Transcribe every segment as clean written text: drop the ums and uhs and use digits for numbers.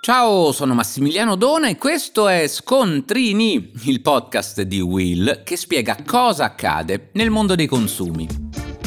Ciao, sono Massimiliano Dona e questo è Scontrini, il podcast di Will che spiega cosa accade nel mondo dei consumi.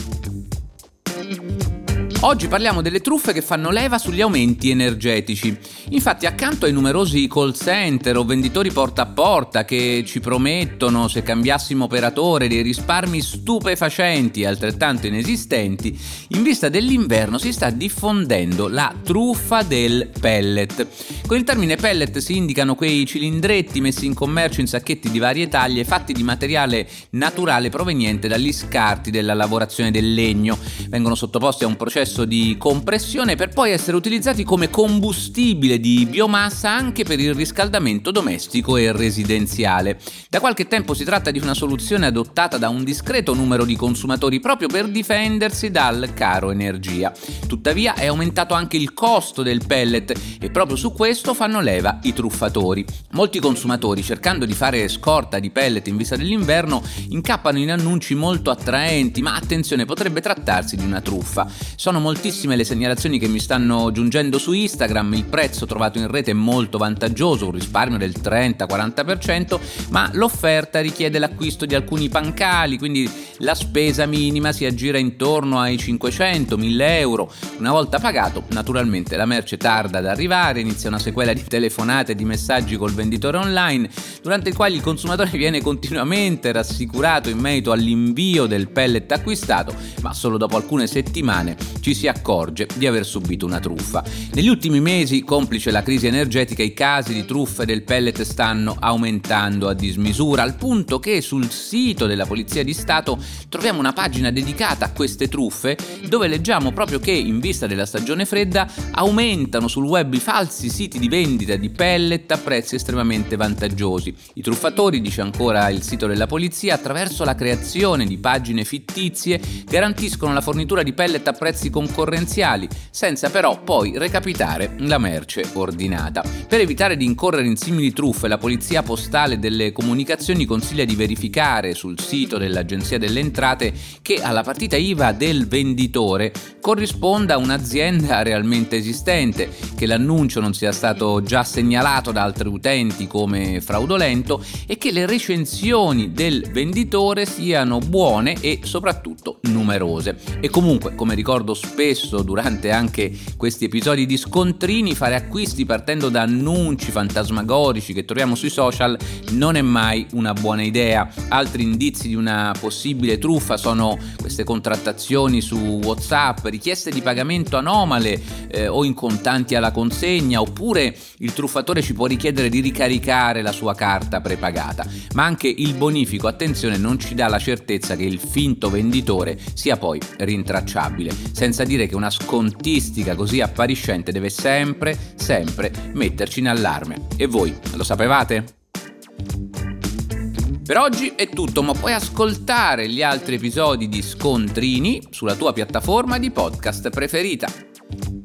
Oggi parliamo delle truffe che fanno leva sugli aumenti energetici. Infatti, accanto ai numerosi call center o venditori porta a porta che ci promettono, se cambiassimo operatore, dei risparmi stupefacenti e altrettanto inesistenti, in vista dell'inverno si sta diffondendo la truffa del pellet. Con il termine pellet si indicano quei cilindretti messi in commercio in sacchetti di varie taglie fatti di materiale naturale proveniente dagli scarti della lavorazione del legno. Vengono sottoposti a un processo di compressione per poi essere utilizzati come combustibile di biomassa anche per il riscaldamento domestico e residenziale. Da qualche tempo si tratta di una soluzione adottata da un discreto numero di consumatori proprio per difendersi dal caro energia. Tuttavia è aumentato anche il costo del pellet e proprio su questo fanno leva i truffatori. Molti consumatori, cercando di fare scorta di pellet in vista dell'inverno, incappano in annunci molto attraenti, ma attenzione, potrebbe trattarsi di una truffa. Sono moltissime le segnalazioni che mi stanno giungendo su Instagram, il prezzo trovato in rete è molto vantaggioso, un risparmio del 30-40%, ma l'offerta richiede l'acquisto di alcuni pancali, quindi la spesa minima si aggira intorno ai 500-1000 euro. Una volta pagato, naturalmente la merce tarda ad arrivare, inizia una sequela di telefonate e di messaggi col venditore online, durante i quali il consumatore viene continuamente rassicurato in merito all'invio del pellet acquistato, ma solo dopo alcune settimane ci si accorge di aver subito una truffa. Negli ultimi mesi, complice la crisi energetica, i casi di truffe del pellet stanno aumentando a dismisura, al punto che sul sito della Polizia di Stato troviamo una pagina dedicata a queste truffe, dove leggiamo proprio che in vista della stagione fredda aumentano sul web i falsi siti di vendita di pellet a prezzi estremamente vantaggiosi. I truffatori, dice ancora il sito della Polizia, attraverso la creazione di pagine fittizie garantiscono la fornitura di pellet a prezzi concorrenziali, senza però poi recapitare la merce ordinata. Per evitare di incorrere in simili truffe, la Polizia Postale delle Comunicazioni consiglia di verificare sul sito dell'Agenzia delle Entrate che alla partita IVA del venditore corrisponda un'azienda realmente esistente, che l'annuncio non sia stato già segnalato da altri utenti come fraudolento e che le recensioni del venditore siano buone e soprattutto numerose. E comunque, come ricordo spesso durante anche questi episodi di Scontrini, fare acquisti partendo da annunci fantasmagorici che troviamo sui social non è mai una buona idea. Altri indizi di una possibile truffa sono queste contrattazioni su WhatsApp, richieste di pagamento anomale o in contanti alla consegna, oppure il truffatore ci può richiedere di ricaricare la sua carta prepagata. Ma anche il bonifico, attenzione, non ci dà la certezza che il finto venditore sia poi rintracciabile, senza dire che una scontistica così appariscente deve sempre metterci in allarme. E voi lo sapevate? Per oggi è tutto, ma puoi ascoltare gli altri episodi di Scontrini sulla tua piattaforma di podcast preferita.